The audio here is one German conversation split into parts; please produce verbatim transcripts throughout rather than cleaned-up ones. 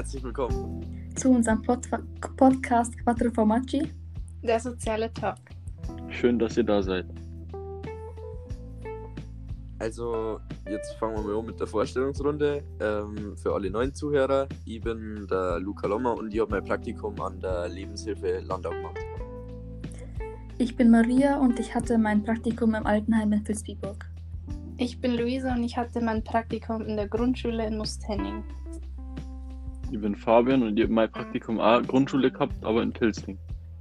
herzlich willkommen zu unserem Pod- Podcast Quattro Formaggi, der soziale Talk. Schön, dass ihr da seid. Also, jetzt fangen wir mal an mit der Vorstellungsrunde. Ähm, für alle neuen Zuhörer, ich bin der Luca Lommer und ich habe mein Praktikum an der Lebenshilfe Landau gemacht. Ich bin Maria und ich hatte mein Praktikum im Altenheim in Vilsbiburg. Ich bin Luisa und ich hatte mein Praktikum in der Grundschule in Musthenning. Ich bin Fabian und ich habe mein Praktikum auch Grundschule gehabt, aber in Pilsning.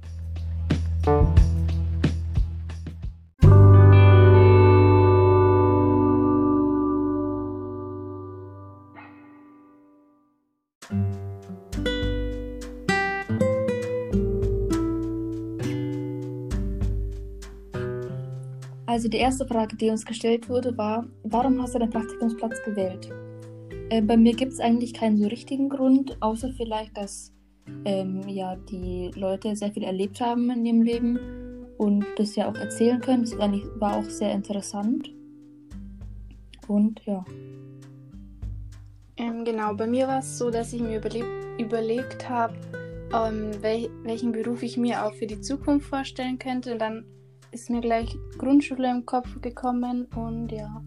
Also die erste Frage, die uns gestellt wurde, war, warum hast du den Praktikumsplatz gewählt? Äh, bei mir gibt es eigentlich keinen so richtigen Grund, außer vielleicht, dass ähm, ja, die Leute sehr viel erlebt haben in ihrem Leben und das ja auch erzählen können. Das war auch sehr interessant. Und ja. Ähm, genau, bei mir war es so, dass ich mir überle- überlegt habe, ähm, wel- welchen Beruf ich mir auch für die Zukunft vorstellen könnte. Und dann ist mir gleich Grundschule im Kopf gekommen und ja.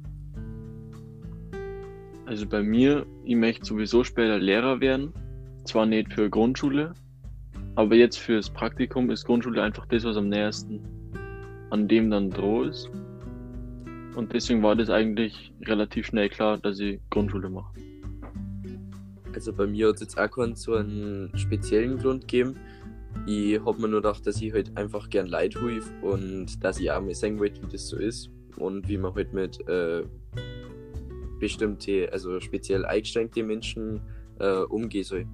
Also bei mir, ich möchte sowieso später Lehrer werden. Zwar nicht für Grundschule, aber jetzt fürs Praktikum ist Grundschule einfach das, was am nächsten an dem dann dran ist. Und deswegen war das eigentlich relativ schnell klar, dass ich Grundschule mache. Also bei mir hat es jetzt auch keinen so einen speziellen Grund gegeben. Ich habe mir nur gedacht, dass ich halt einfach gern Leute helfe und dass ich auch mal sehen wollte, wie das so ist und wie man halt mit äh, bestimmte, also speziell eingeschränkte Menschen äh, umgehen soll.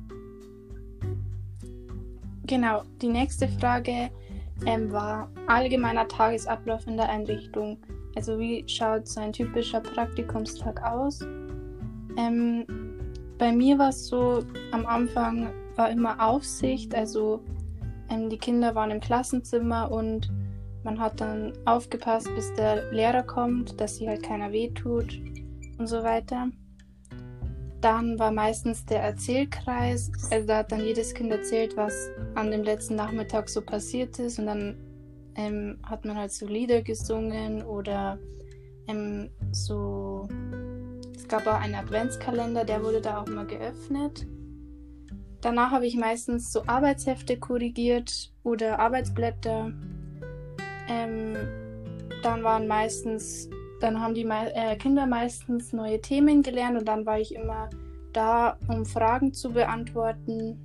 Genau, die nächste Frage ähm, war allgemeiner Tagesablauf in der Einrichtung. Also wie schaut so ein typischer Praktikumstag aus? Ähm, bei mir war es so, am Anfang war immer Aufsicht, also ähm, die Kinder waren im Klassenzimmer und man hat dann aufgepasst, bis der Lehrer kommt, dass sie halt keiner wehtut und so weiter. Dann war meistens der Erzählkreis, also da hat dann jedes Kind erzählt, was an dem letzten Nachmittag so passiert ist und dann ähm, hat man halt so Lieder gesungen oder ähm, so, es gab auch einen Adventskalender, der wurde da auch immer geöffnet. Danach habe ich meistens so Arbeitshefte korrigiert oder Arbeitsblätter. Ähm, dann waren meistens Dann haben die Me- äh, Kinder meistens neue Themen gelernt und dann war ich immer da, um Fragen zu beantworten.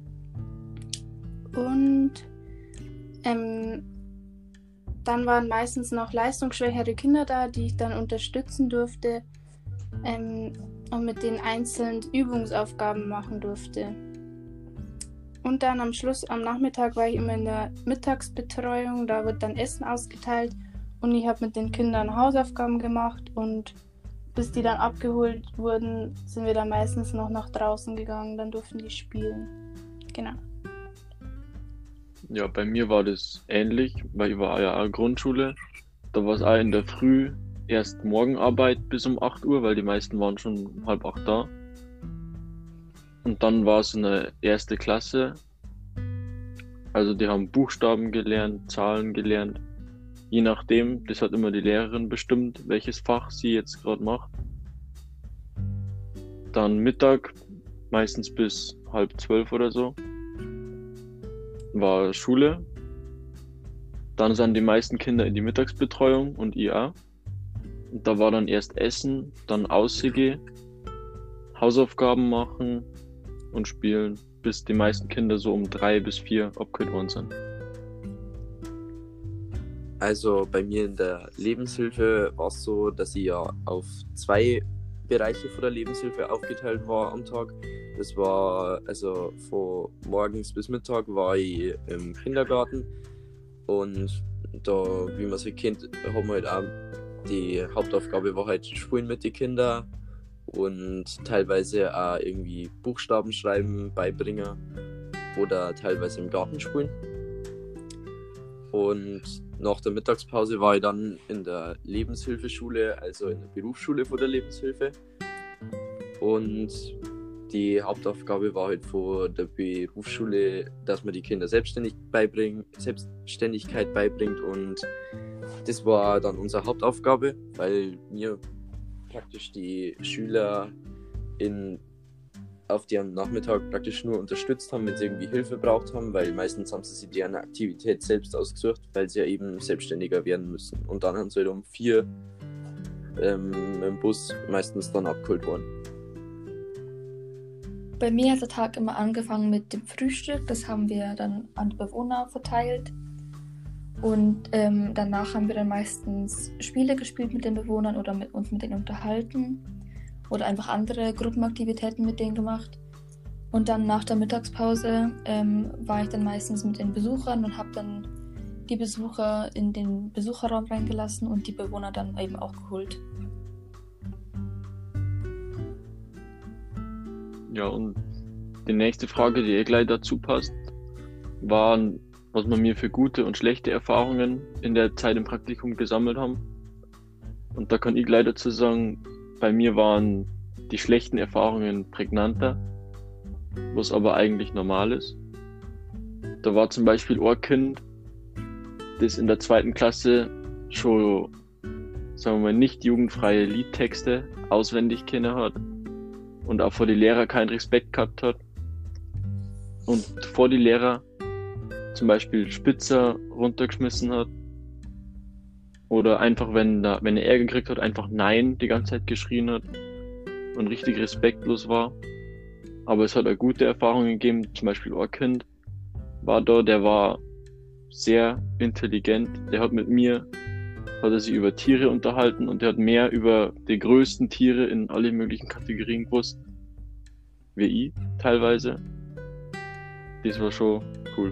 Und ähm, dann waren meistens noch leistungsschwächere Kinder da, die ich dann unterstützen durfte ähm, und mit denen einzeln Übungsaufgaben machen durfte. Und dann am Schluss, am Nachmittag, war ich immer in der Mittagsbetreuung, da wird dann Essen ausgeteilt. Und ich habe mit den Kindern Hausaufgaben gemacht und bis die dann abgeholt wurden, sind wir dann meistens noch nach draußen gegangen, dann durften die spielen. Genau. Ja, bei mir war das ähnlich, weil ich war ja auch Grundschule. Da war es auch in der Früh erst Morgenarbeit bis um acht Uhr, weil die meisten waren schon um halb acht da. Und dann war es eine erste Klasse. Also die haben Buchstaben gelernt, Zahlen gelernt. Je nachdem, das hat immer die Lehrerin bestimmt, welches Fach sie jetzt gerade macht. Dann Mittag, meistens bis halb zwölf oder so, war Schule. Dann sind die meisten Kinder in die Mittagsbetreuung und I A. Und da war dann erst Essen, dann Aussige, Hausaufgaben machen und spielen, bis die meisten Kinder so um drei bis vier abgeholt worden sind. Also bei mir in der Lebenshilfe war es so, dass ich ja auf zwei Bereiche von der Lebenshilfe aufgeteilt war am Tag. Das war, also von morgens bis Mittag war ich im Kindergarten und da, wie man es kennt, haben wir halt auch die Hauptaufgabe war halt Spielen mit den Kindern und teilweise auch irgendwie Buchstaben schreiben, beibringen oder teilweise im Garten spielen. Und nach der Mittagspause war ich dann in der Lebenshilfeschule, also in der Berufsschule von der Lebenshilfe. Und die Hauptaufgabe war halt von der Berufsschule, dass man die Kinder selbstständig beibringt, Selbstständigkeit beibringt, und das war dann unsere Hauptaufgabe, weil wir praktisch die Schüler in, auf deren Nachmittag praktisch nur unterstützt haben, wenn sie irgendwie Hilfe braucht haben, weil meistens haben sie sich deren Aktivität selbst ausgesucht, weil sie ja eben selbstständiger werden müssen. Und dann haben sie halt um vier ähm, im Bus meistens dann abgeholt worden. Bei mir hat der Tag immer angefangen mit dem Frühstück. Das haben wir dann an die Bewohner verteilt. Und ähm, danach haben wir dann meistens Spiele gespielt mit den Bewohnern oder mit uns mit denen unterhalten. Oder einfach andere Gruppenaktivitäten mit denen gemacht. Und dann nach der Mittagspause ähm, war ich dann meistens mit den Besuchern und habe dann die Besucher in den Besucherraum reingelassen und die Bewohner dann eben auch geholt. Ja, und die nächste Frage, die eh gleich dazu passt, waren, was wir mir für gute und schlechte Erfahrungen in der Zeit im Praktikum gesammelt haben. Und da kann ich gleich dazu sagen, bei mir waren die schlechten Erfahrungen prägnanter, was aber eigentlich normal ist. Da war zum Beispiel ein Kind, das in der zweiten Klasse schon, sagen wir mal, nicht jugendfreie Liedtexte auswendig kennen hat und auch vor die Lehrer keinen Respekt gehabt hat und vor die Lehrer zum Beispiel Spitzer runtergeschmissen hat oder einfach, wenn, da, wenn er Ärger gekriegt hat, einfach Nein die ganze Zeit geschrien hat und richtig respektlos war. Aber es hat auch gute Erfahrungen gegeben, zum Beispiel ein Kind war da, der war sehr intelligent, der hat mit mir, hat er sich über Tiere unterhalten und der hat mehr über die größten Tiere in alle möglichen Kategorien gewusst, wie ich teilweise. Das war schon cool.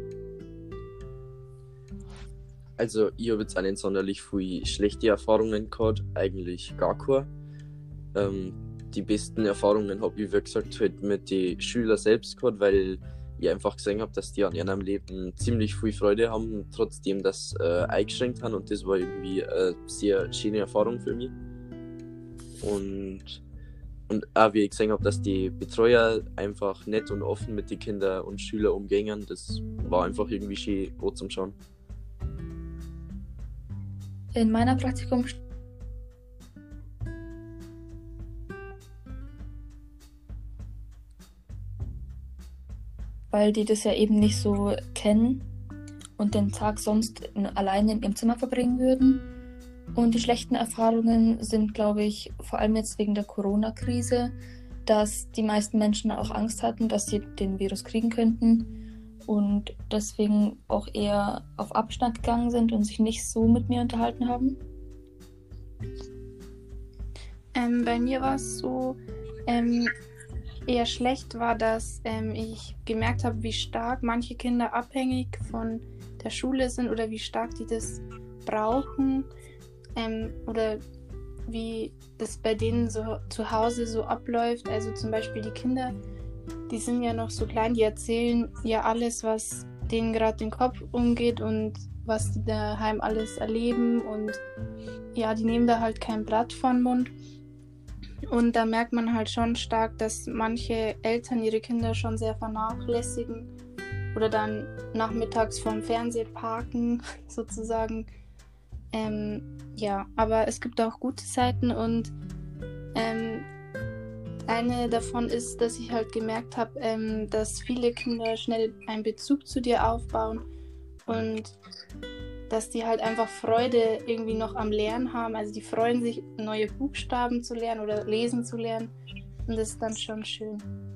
Also ich habe jetzt auch nicht sonderlich viele schlechte Erfahrungen gehabt, eigentlich gar keine. Ähm, die besten Erfahrungen habe ich, wie gesagt, halt mit den Schülern selbst gehabt, weil ich einfach gesehen habe, dass die an ihrem Leben ziemlich viel Freude haben, trotzdem das äh, eingeschränkt haben, und das war irgendwie eine sehr schöne Erfahrung für mich. Und, und auch wie ich gesehen habe, dass die Betreuer einfach nett und offen mit den Kindern und Schülern umgehen, das war einfach irgendwie schön gut zum Schauen. In meiner Praktikum weil die das ja eben nicht so kennen und den Tag sonst in, alleine in ihrem Zimmer verbringen würden. Und die schlechten Erfahrungen sind, glaube ich, vor allem jetzt wegen der Corona-Krise, dass die meisten Menschen auch Angst hatten, dass sie den Virus kriegen könnten und deswegen auch eher auf Abstand gegangen sind und sich nicht so mit mir unterhalten haben. Ähm, bei mir war es so, ähm, eher schlecht war, dass ähm, ich gemerkt habe, wie stark manche Kinder abhängig von der Schule sind oder wie stark die das brauchen ähm, oder wie das bei denen so zu Hause so abläuft. Also zum Beispiel die Kinder, die sind ja noch so klein, die erzählen ja alles, was denen gerade den Kopf umgeht und was die daheim alles erleben, und ja, die nehmen da halt kein Blatt vor den Mund. Und da merkt man halt schon stark, dass manche Eltern ihre Kinder schon sehr vernachlässigen oder dann nachmittags vorm Fernseher parken, sozusagen. Ähm, ja, aber es gibt auch gute Seiten, und ähm, eine davon ist, dass ich halt gemerkt habe, ähm, dass viele Kinder schnell einen Bezug zu dir aufbauen und dass die halt einfach Freude irgendwie noch am Lernen haben. Also die freuen sich, neue Buchstaben zu lernen oder lesen zu lernen. Und das ist dann schon schön.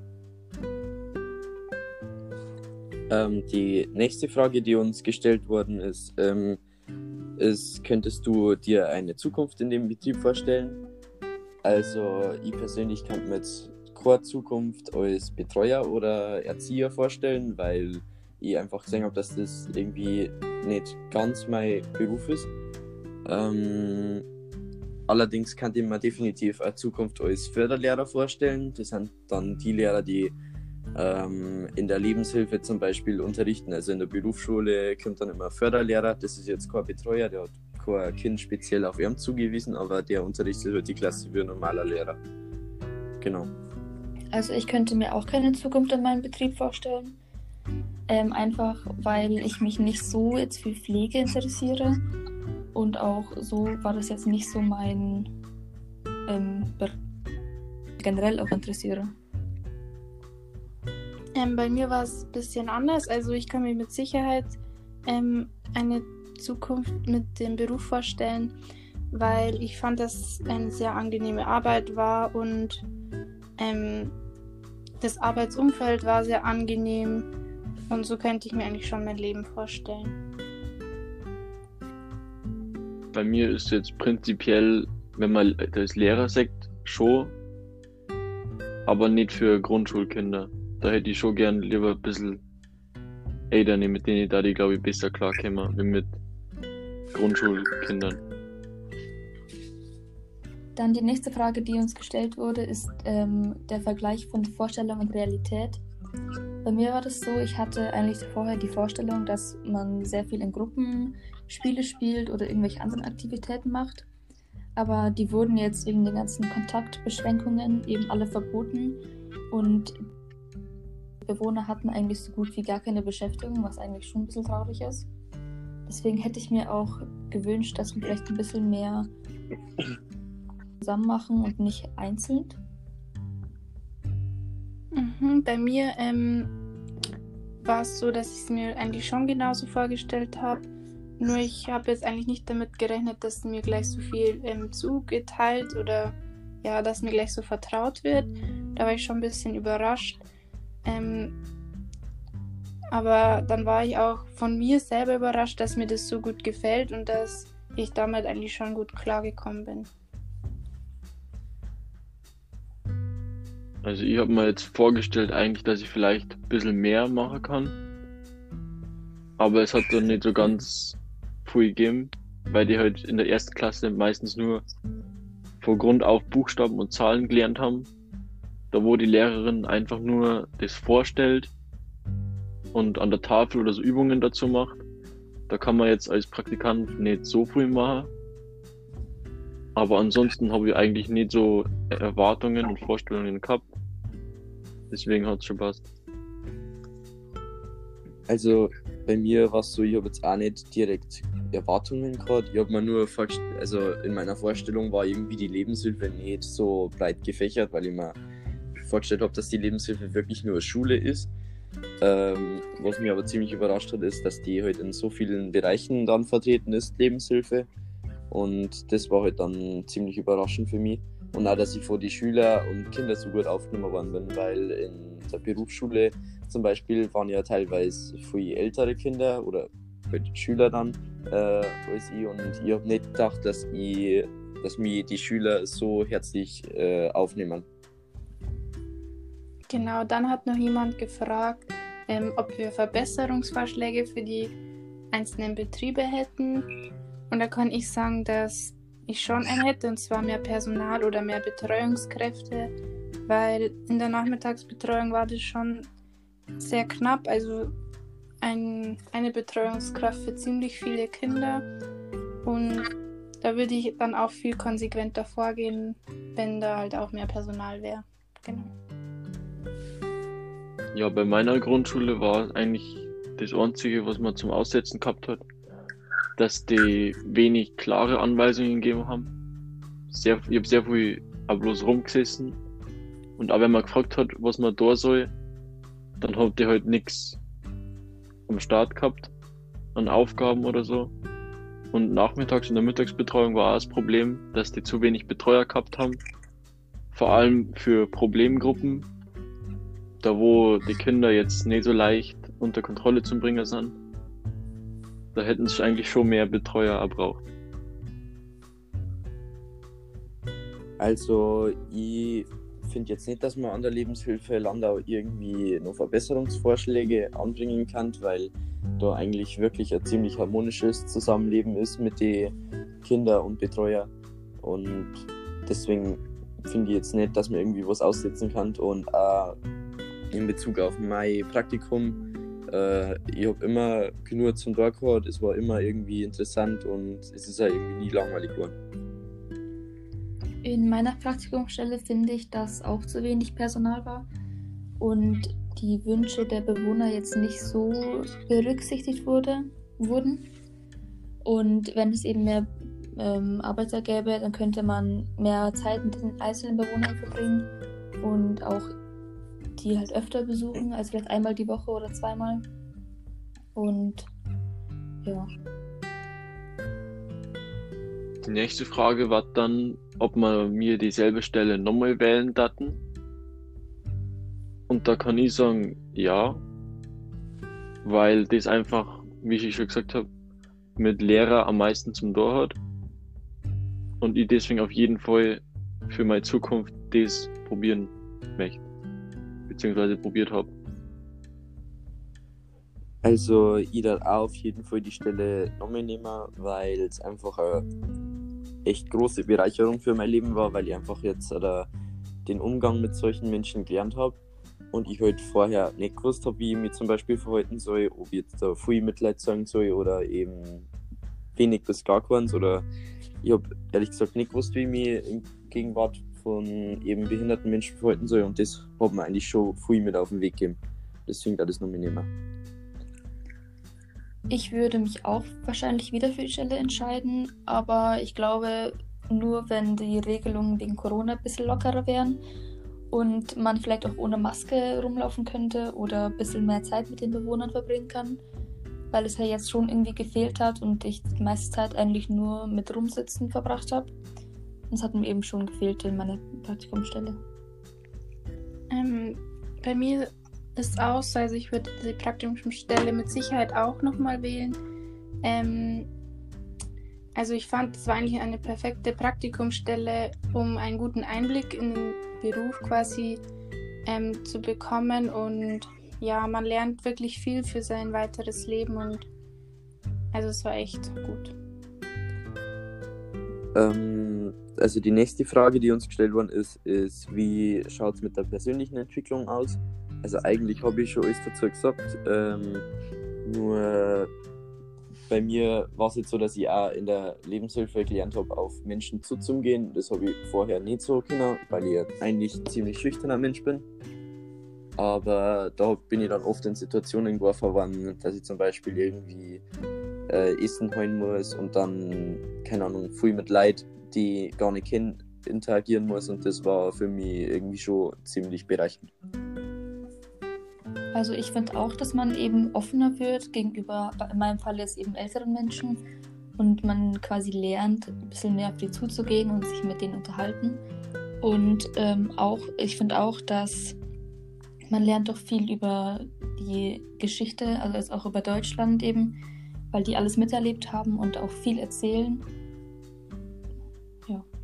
Ähm, die nächste Frage, die uns gestellt worden ist, ähm, ist, könntest du dir eine Zukunft in dem Betrieb vorstellen? Also ich persönlich kann mir jetzt keine Zukunft als Betreuer oder Erzieher vorstellen, weil ich einfach gesehen habe, dass das irgendwie nicht ganz mein Beruf ist. Ähm, allerdings kann ich mir definitiv eine Zukunft als Förderlehrer vorstellen. Das sind dann die Lehrer, die ähm, in der Lebenshilfe zum Beispiel unterrichten. Also in der Berufsschule kommt dann immer ein Förderlehrer. Das ist jetzt kein Betreuer, der hat kein Kind speziell auf ihn zugewiesen, aber der unterrichtet halt die Klasse wie ein normaler Lehrer. Genau. Also ich könnte mir auch keine Zukunft in meinem Betrieb vorstellen. Ähm, einfach weil ich mich nicht so jetzt für Pflege interessiere. Und auch so war das jetzt nicht so mein ähm, Be- generell auch interessiere. Ähm, bei mir war es ein bisschen anders. Also ich kann mir mit Sicherheit ähm, eine Zukunft mit dem Beruf vorstellen, weil ich fand, dass es eine sehr angenehme Arbeit war und ähm, das Arbeitsumfeld war sehr angenehm und so könnte ich mir eigentlich schon mein Leben vorstellen. Bei mir ist jetzt prinzipiell, wenn man das Lehrer sagt, schon, aber nicht für Grundschulkinder. Da hätte ich schon gern lieber ein bisschen Eltern, mit denen ich da die, glaube ich, besser klarkomme, wie mit Grundschulkindern. Dann die nächste Frage, die uns gestellt wurde, ist ähm, der Vergleich von Vorstellung und Realität. Bei mir war das so, ich hatte eigentlich vorher die Vorstellung, dass man sehr viel in Gruppen Spiele spielt oder irgendwelche anderen Aktivitäten macht. Aber die wurden jetzt wegen den ganzen Kontaktbeschränkungen eben alle verboten und die Bewohner hatten eigentlich so gut wie gar keine Beschäftigung, was eigentlich schon ein bisschen traurig ist. Deswegen hätte ich mir auch gewünscht, dass wir vielleicht ein bisschen mehr zusammen machen und nicht einzeln. Mhm, bei mir ähm, war es so, dass ich es mir eigentlich schon genauso vorgestellt habe. Nur ich habe jetzt eigentlich nicht damit gerechnet, dass mir gleich so viel ähm, zugeteilt oder ja, dass mir gleich so vertraut wird. Da war ich schon ein bisschen überrascht. Ähm, aber dann war ich auch von mir selber überrascht, dass mir das so gut gefällt und dass ich damit eigentlich schon gut klargekommen bin. Also ich habe mir jetzt vorgestellt eigentlich, dass ich vielleicht ein bisschen mehr machen kann. Aber es hat dann nicht so ganz viel gegeben, weil die halt in der ersten Klasse meistens nur von Grund auf Buchstaben und Zahlen gelernt haben. Da wo die Lehrerin einfach nur das vorstellt und an der Tafel oder so Übungen dazu macht. Da kann man jetzt als Praktikant nicht so viel machen. Aber ansonsten habe ich eigentlich nicht so Erwartungen und Vorstellungen gehabt. Deswegen hat es schon passt. Also bei mir war es so, ich habe jetzt auch nicht direkt Erwartungen gehabt. Ich habe mir nur vorgestellt, also in meiner Vorstellung war irgendwie die Lebenshilfe nicht so breit gefächert, weil ich mir vorgestellt habe, dass die Lebenshilfe wirklich nur Schule ist. Ähm, was mich aber ziemlich überrascht hat, ist, dass die halt in so vielen Bereichen dann vertreten ist, Lebenshilfe. Und das war halt dann ziemlich überraschend für mich. Und auch, dass ich vor die Schüler und Kinder so gut aufgenommen worden bin, weil in der Berufsschule zum Beispiel waren ja teilweise viel ältere Kinder oder halt Schüler dann äh, als ich. Und ich habe nicht gedacht, dass, ich, dass mich die Schüler so herzlich äh, aufnehmen. Genau, dann hat noch jemand gefragt, ähm, ob wir Verbesserungsvorschläge für die einzelnen Betriebe hätten. Und da kann ich sagen, dass ich schon einen hätte, und zwar mehr Personal oder mehr Betreuungskräfte, weil in der Nachmittagsbetreuung war das schon sehr knapp, also ein, eine Betreuungskraft für ziemlich viele Kinder und da würde ich dann auch viel konsequenter vorgehen, wenn da halt auch mehr Personal wäre. Genau. Ja, bei meiner Grundschule war eigentlich das Einzige, was man zum Aussetzen gehabt hat, dass die wenig klare Anweisungen gegeben haben. Sehr, ich habe sehr viel auch bloß rumgesessen und auch wenn man gefragt hat, was man da soll, dann habt ihr halt nichts am Start gehabt an Aufgaben oder so. Und nachmittags in der Mittagsbetreuung war auch das Problem, dass die zu wenig Betreuer gehabt haben. Vor allem für Problemgruppen, da wo die Kinder jetzt nicht so leicht unter Kontrolle zu bringen sind. Da hätten sie eigentlich schon mehr Betreuer erbraucht. Also ich finde jetzt nicht, dass man an der Lebenshilfe Landau irgendwie noch Verbesserungsvorschläge anbringen kann, weil da eigentlich wirklich ein ziemlich harmonisches Zusammenleben ist mit den Kindern und Betreuer. Und deswegen finde ich jetzt nicht, dass man irgendwie was aussetzen kann. Und auch in Bezug auf mein Praktikum, äh, ich habe immer genug zum Tag gehabt, es war immer irgendwie interessant und es ist ja irgendwie nie langweilig geworden. In meiner Praktikumsstelle finde ich, dass auch zu wenig Personal war und die Wünsche der Bewohner jetzt nicht so berücksichtigt wurde, wurden. Und wenn es eben mehr ähm, Arbeiter gäbe, dann könnte man mehr Zeit mit den einzelnen Bewohnern verbringen und auch die halt öfter besuchen, also vielleicht einmal die Woche oder zweimal. Und ja. Die nächste Frage war dann, ob wir mir dieselbe Stelle nochmal wählen daten. Und da kann ich sagen, ja, weil das einfach, wie ich schon gesagt habe, mit Lehrer am meisten zum Tor hat. Und ich deswegen auf jeden Fall für meine Zukunft das probieren möchte, beziehungsweise probiert habe. Also ich darf auch auf jeden Fall die Stelle nochmal nehmen, weil es einfach eine echt große Bereicherung für mein Leben war, weil ich einfach jetzt äh, den Umgang mit solchen Menschen gelernt habe und ich halt vorher nicht gewusst habe, wie ich mich zum Beispiel verhalten soll, ob ich jetzt da viel Mitleid sagen soll oder eben wenig bis gar keins, oder ich habe ehrlich gesagt nicht gewusst, wie ich mich in Gegenwart von eben behinderten Menschen verhalten soll, und das hat mir eigentlich schon viel mit auf den Weg gegeben. Deswegen darf ich das nochmal nehmen. Ich würde mich auch wahrscheinlich wieder für die Stelle entscheiden, aber ich glaube, nur wenn die Regelungen wegen Corona ein bisschen lockerer wären und man vielleicht auch ohne Maske rumlaufen könnte oder ein bisschen mehr Zeit mit den Bewohnern verbringen kann, weil es ja jetzt schon irgendwie gefehlt hat und ich die meiste Zeit eigentlich nur mit Rumsitzen verbracht habe. Und es hat mir eben schon gefehlt in meiner Praktikumsstelle. Ähm, bei mir ist aus, also ich würde die Praktikumsstelle mit Sicherheit auch nochmal wählen. Ähm, also ich fand, es war eigentlich eine perfekte Praktikumsstelle, um einen guten Einblick in den Beruf quasi ähm, zu bekommen, und ja, man lernt wirklich viel für sein weiteres Leben, und also es war echt gut. Ähm, also die nächste Frage, die uns gestellt worden ist, ist, wie schaut es mit der persönlichen Entwicklung aus? Also eigentlich habe ich schon alles dazu gesagt, ähm, nur bei mir war es jetzt so, dass ich auch in der Lebenshilfe gelernt habe, auf Menschen zuzugehen. Das habe ich vorher nicht so können, weil ich eigentlich ein ziemlich schüchterner Mensch bin. Aber da bin ich dann oft in Situationen geworfen worden, dass ich zum Beispiel irgendwie äh, essen holen muss und dann, keine Ahnung, viel mit Leuten, die ich gar nicht kenne, interagieren muss, und das war für mich irgendwie schon ziemlich bereichernd. Also ich finde auch, dass man eben offener wird gegenüber, in meinem Fall jetzt eben älteren Menschen, und man quasi lernt, ein bisschen mehr auf die zuzugehen und sich mit denen unterhalten. Und ähm, auch, ich finde auch, dass man lernt doch viel über die Geschichte, also jetzt auch über Deutschland eben, weil die alles miterlebt haben und auch viel erzählen. Ja.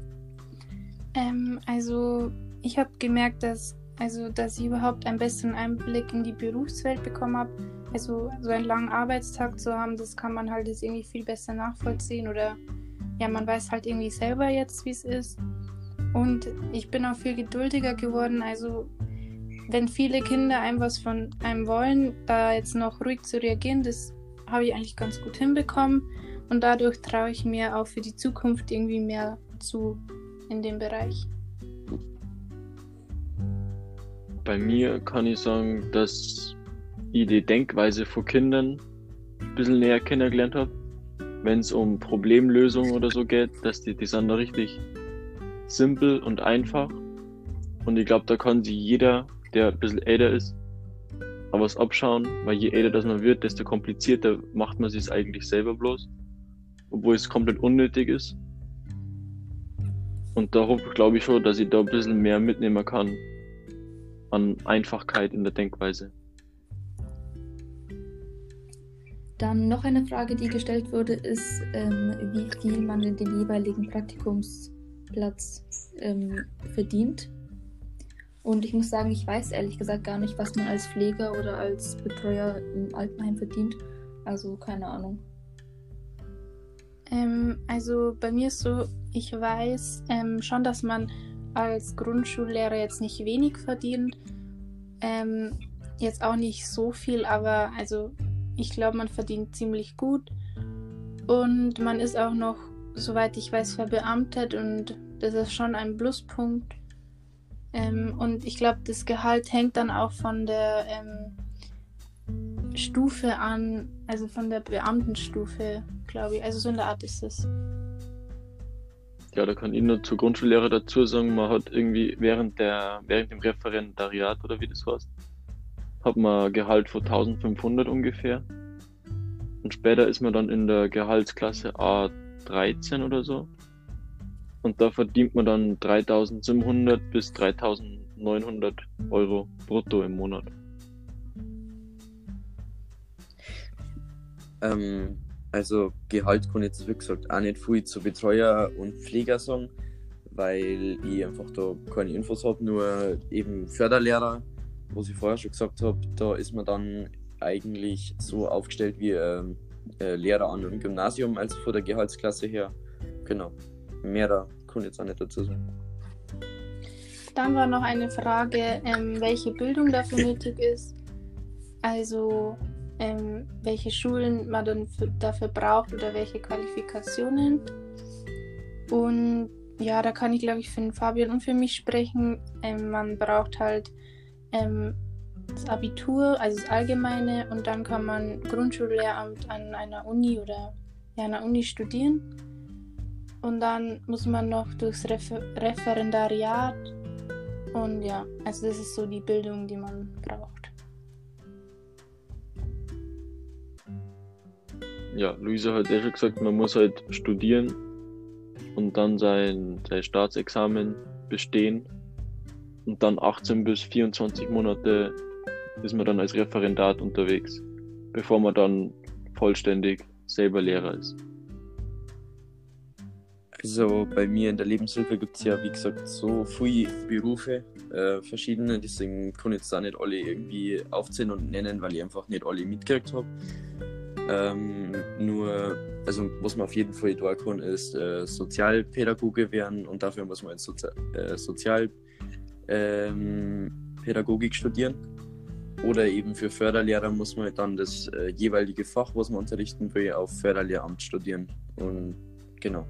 Ähm, also ich habe gemerkt, dass Also, dass ich überhaupt einen besseren Einblick in die Berufswelt bekommen habe. Also, so einen langen Arbeitstag zu haben, das kann man halt jetzt irgendwie viel besser nachvollziehen. Oder ja, man weiß halt irgendwie selber jetzt, wie es ist. Und ich bin auch viel geduldiger geworden. Also, wenn viele Kinder einem was von einem wollen, da jetzt noch ruhig zu reagieren, das habe ich eigentlich ganz gut hinbekommen. Und dadurch traue ich mir auch für die Zukunft irgendwie mehr zu in dem Bereich. Bei mir kann ich sagen, dass ich die Denkweise von Kindern ein bisschen näher kennengelernt habe. Wenn es um Problemlösungen oder so geht, dass die, die sind da richtig simpel und einfach. Und ich glaube, da kann sich jeder, der ein bisschen älter ist, auch was abschauen, weil je älter das man wird, desto komplizierter macht man es eigentlich selber bloß, obwohl es komplett unnötig ist. Und da hoffe ich, glaube ich schon, dass ich da ein bisschen mehr mitnehmen kann an Einfachkeit in der Denkweise. Dann noch eine Frage, die gestellt wurde, ist, ähm, wie viel man in dem jeweiligen Praktikumsplatz ähm, verdient. Und ich muss sagen, ich weiß ehrlich gesagt gar nicht, was man als Pfleger oder als Betreuer im Altenheim verdient. Also keine Ahnung. Ähm, also bei mir ist so, ich weiß ähm, schon, dass man als Grundschullehrer jetzt nicht wenig verdient. Ähm, jetzt auch nicht so viel, aber also ich glaube, man verdient ziemlich gut. Und man ist auch noch, soweit ich weiß, verbeamtet, und das ist schon ein Pluspunkt. Ähm, und ich glaube, das Gehalt hängt dann auch von der ähm, Stufe an, also von der Beamtenstufe, glaube ich. Also so in der Art ist es. Ja, da kann ich nur zur Grundschullehrer dazu sagen, man hat irgendwie während der, während dem Referendariat oder wie das heißt, hat man ein Gehalt von eintausendfünfhundert ungefähr. Und später ist man dann in der Gehaltsklasse A dreizehn oder so. Und da verdient man dann dreitausendsiebenhundert bis dreitausendneunhundert Euro brutto im Monat. Ähm, also Gehalt kann ich jetzt, wie gesagt, auch nicht viel zu Betreuer und Pfleger sagen, weil ich einfach da keine Infos habe, nur eben Förderlehrer, was ich vorher schon gesagt habe, da ist man dann eigentlich so aufgestellt wie ähm, äh, Lehrer an einem Gymnasium, also von der Gehaltsklasse her. Genau. Mehr da kann ich jetzt auch nicht dazu sagen. Dann war noch eine Frage, ähm, welche Bildung dafür nötig ist. Also ähm, welche Schulen man dann für, dafür braucht oder welche Qualifikationen. Und ja, da kann ich glaube ich für den Fabian und für mich sprechen. Ähm, man braucht halt ähm, das Abitur, also das Allgemeine, und dann kann man Grundschullehramt an einer Uni oder ja, einer Uni studieren. Und dann muss man noch durchs Refer- Referendariat und ja, also das ist so die Bildung, die man braucht. Ja, Luisa hat ja schon gesagt, man muss halt studieren und dann sein, sein Staatsexamen bestehen und dann achtzehn bis vierundzwanzig Monate ist man dann als Referendat unterwegs, bevor man dann vollständig selber Lehrer ist. Also bei mir in der Lebenshilfe gibt es ja, wie gesagt, so viele Berufe, äh, verschiedene, deswegen kann ich jetzt auch nicht alle irgendwie aufzählen und nennen, weil ich einfach nicht alle mitgekriegt habe. Ähm, nur, also was man auf jeden Fall tun kann, ist äh, Sozialpädagoge werden und dafür muss man jetzt Sozi- äh, Sozialpädagogik ähm, studieren. Oder eben für Förderlehrer muss man dann das äh, jeweilige Fach, was man unterrichten will, auf Förderlehramt studieren. Und genau.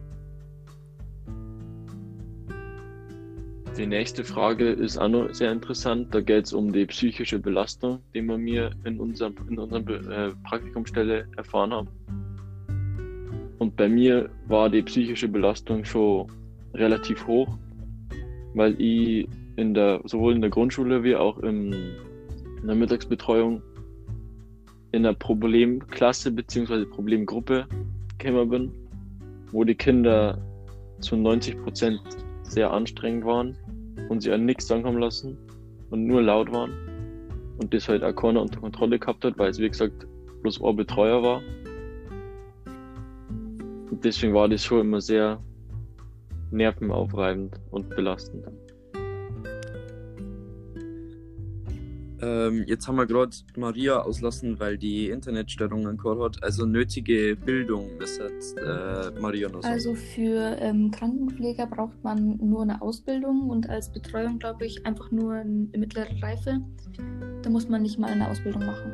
Die nächste Frage ist auch noch sehr interessant. Da geht es um die psychische Belastung, die wir mir in unserer in unserer äh, Praktikumsstelle erfahren haben. Und bei mir war die psychische Belastung schon relativ hoch, weil ich in der, sowohl in der Grundschule wie auch im, in der Mittagsbetreuung in einer Problemklasse bzw. Problemgruppe gekommen bin, wo die Kinder zu neunzig Prozent sehr anstrengend waren und sie an nichts sagen haben lassen und nur laut waren und das halt auch keiner unter Kontrolle gehabt hat, weil es wie gesagt bloß ein Betreuer war. Und deswegen war das schon immer sehr nervenaufreibend und belastend. Ähm, jetzt haben wir gerade Maria auslassen, weil die Internetstörungen gehabt hat. Also nötige Bildung, das hat äh, Maria noch so. Also für ähm, Krankenpfleger braucht man nur eine Ausbildung und als Betreuung, glaube ich, einfach nur eine mittlere Reife. Da muss man nicht mal eine Ausbildung machen.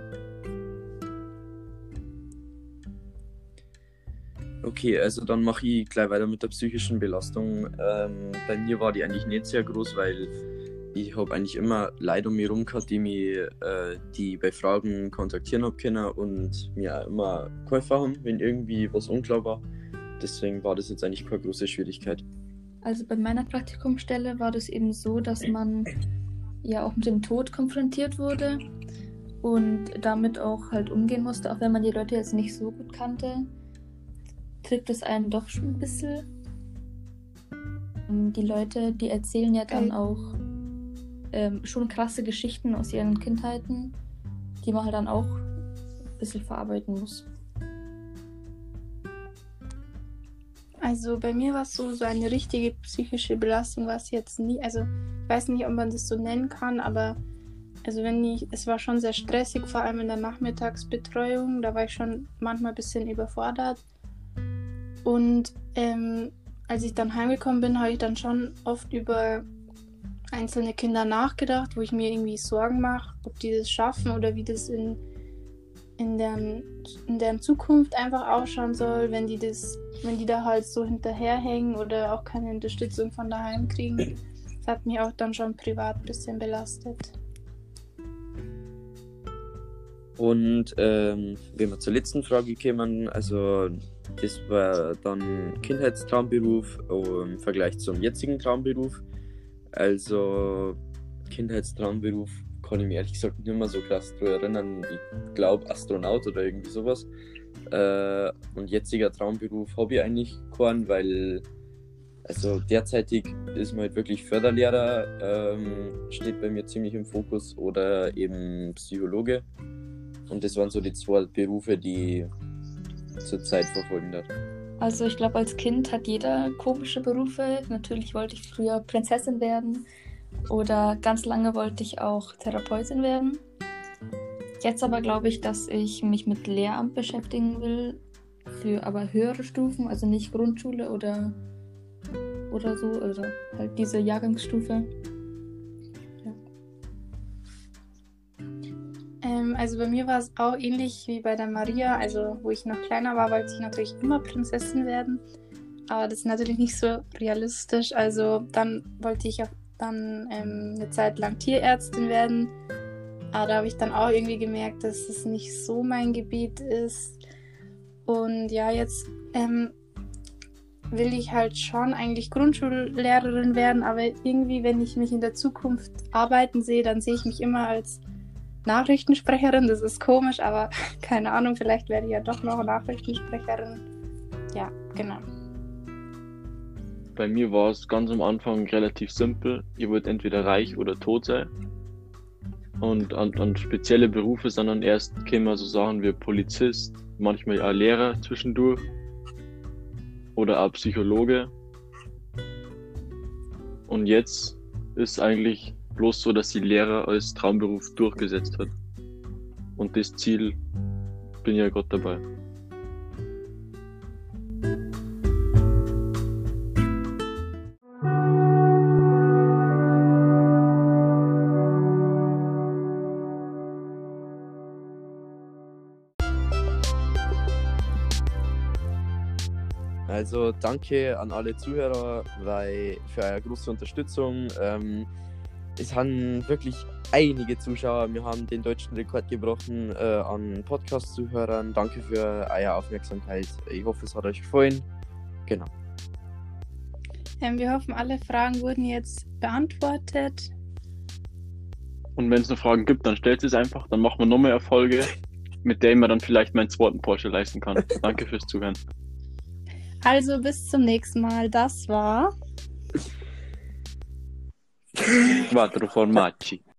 Okay, also dann mache ich gleich weiter mit der psychischen Belastung. Ähm, bei mir war die eigentlich nicht sehr groß, weil ich habe eigentlich immer Leute um mich herum gehabt, die mich äh, die bei Fragen kontaktieren haben können und mir auch immer geholfen haben, wenn irgendwie was unklar war. Deswegen war das jetzt eigentlich keine große Schwierigkeit. Also bei meiner Praktikumsstelle war das eben so, dass man ja auch mit dem Tod konfrontiert wurde und damit auch halt umgehen musste, auch wenn man die Leute jetzt nicht so gut kannte, trifft es einen doch schon ein bisschen. Und die Leute, die erzählen ja dann auch ähm, schon krasse Geschichten aus ihren Kindheiten, die man halt dann auch ein bisschen verarbeiten muss. Also bei mir war es so, so eine richtige psychische Belastung war es jetzt nie, also ich weiß nicht, ob man das so nennen kann, aber also wenn ich, es war schon sehr stressig, vor allem in der Nachmittagsbetreuung, da war ich schon manchmal ein bisschen überfordert und ähm, als ich dann heimgekommen bin, habe ich dann schon oft über einzelne Kinder nachgedacht, wo ich mir irgendwie Sorgen mache, ob die das schaffen oder wie das in in deren, in deren Zukunft einfach ausschauen soll, wenn die das, wenn die da halt so hinterherhängen oder auch keine Unterstützung von daheim kriegen. Das hat mich auch dann schon privat ein bisschen belastet. Und ähm, wenn wir zur letzten Frage kommen, also das war dann Kindheitstraumberuf im Vergleich zum jetzigen Traumberuf. Also Kindheitstraumberuf kann ich mich ehrlich gesagt nicht mehr so krass daran erinnern. Ich glaube Astronaut oder irgendwie sowas. Äh, und jetziger Traumberuf habe ich eigentlich keinen, weil also derzeitig ist man halt wirklich Förderlehrer, ähm, steht bei mir ziemlich im Fokus, oder eben Psychologe. Und das waren so die zwei Berufe, die ich zurzeit verfolgen darf. Also ich glaube, als Kind hat jeder komische Berufe. Natürlich wollte ich früher Prinzessin werden oder ganz lange wollte ich auch Therapeutin werden. Jetzt aber glaube ich, dass ich mich mit Lehramt beschäftigen will, für aber höhere Stufen, also nicht Grundschule oder, oder so, oder halt diese Jahrgangsstufe. Ähm, also bei mir war es auch ähnlich wie bei der Maria. Also wo ich noch kleiner war, wollte ich natürlich immer Prinzessin werden. Aber das ist natürlich nicht so realistisch. Also dann wollte ich auch dann ähm, eine Zeit lang Tierärztin werden. Aber da habe ich dann auch irgendwie gemerkt, dass es nicht so mein Gebiet ist. Und ja, jetzt ähm, will ich halt schon eigentlich Grundschullehrerin werden. Aber irgendwie, wenn ich mich in der Zukunft arbeiten sehe, dann sehe ich mich immer als Nachrichtensprecherin. Das ist komisch, aber keine Ahnung, vielleicht werde ich ja doch noch Nachrichtensprecherin. Ja, genau. Bei mir war es ganz am Anfang relativ simpel. Ihr wollt entweder reich oder tot sein. Und an, an spezielle Berufe, sondern erst kämen so Sachen wie Polizist, manchmal auch Lehrer zwischendurch oder auch Psychologe. Und jetzt ist eigentlich bloß so, dass die Lehrer als Traumberuf durchgesetzt hat. Und das Ziel bin ja Gott dabei. Also danke an alle Zuhörer weil, für eure große Unterstützung. Ähm, es haben wirklich einige Zuschauer. Wir haben den deutschen Rekord gebrochen äh, an Podcast-Zuhörern. Danke für eure Aufmerksamkeit. Ich hoffe, es hat euch gefallen. Genau. Ähm, wir hoffen, alle Fragen wurden jetzt beantwortet. Und wenn es noch Fragen gibt, dann stellt es einfach. Dann machen wir noch mehr Erfolge, mit denen man dann vielleicht meinen zweiten Porsche leisten kann. Danke fürs Zuhören. Also bis zum nächsten Mal. Das war Quattro formaggi.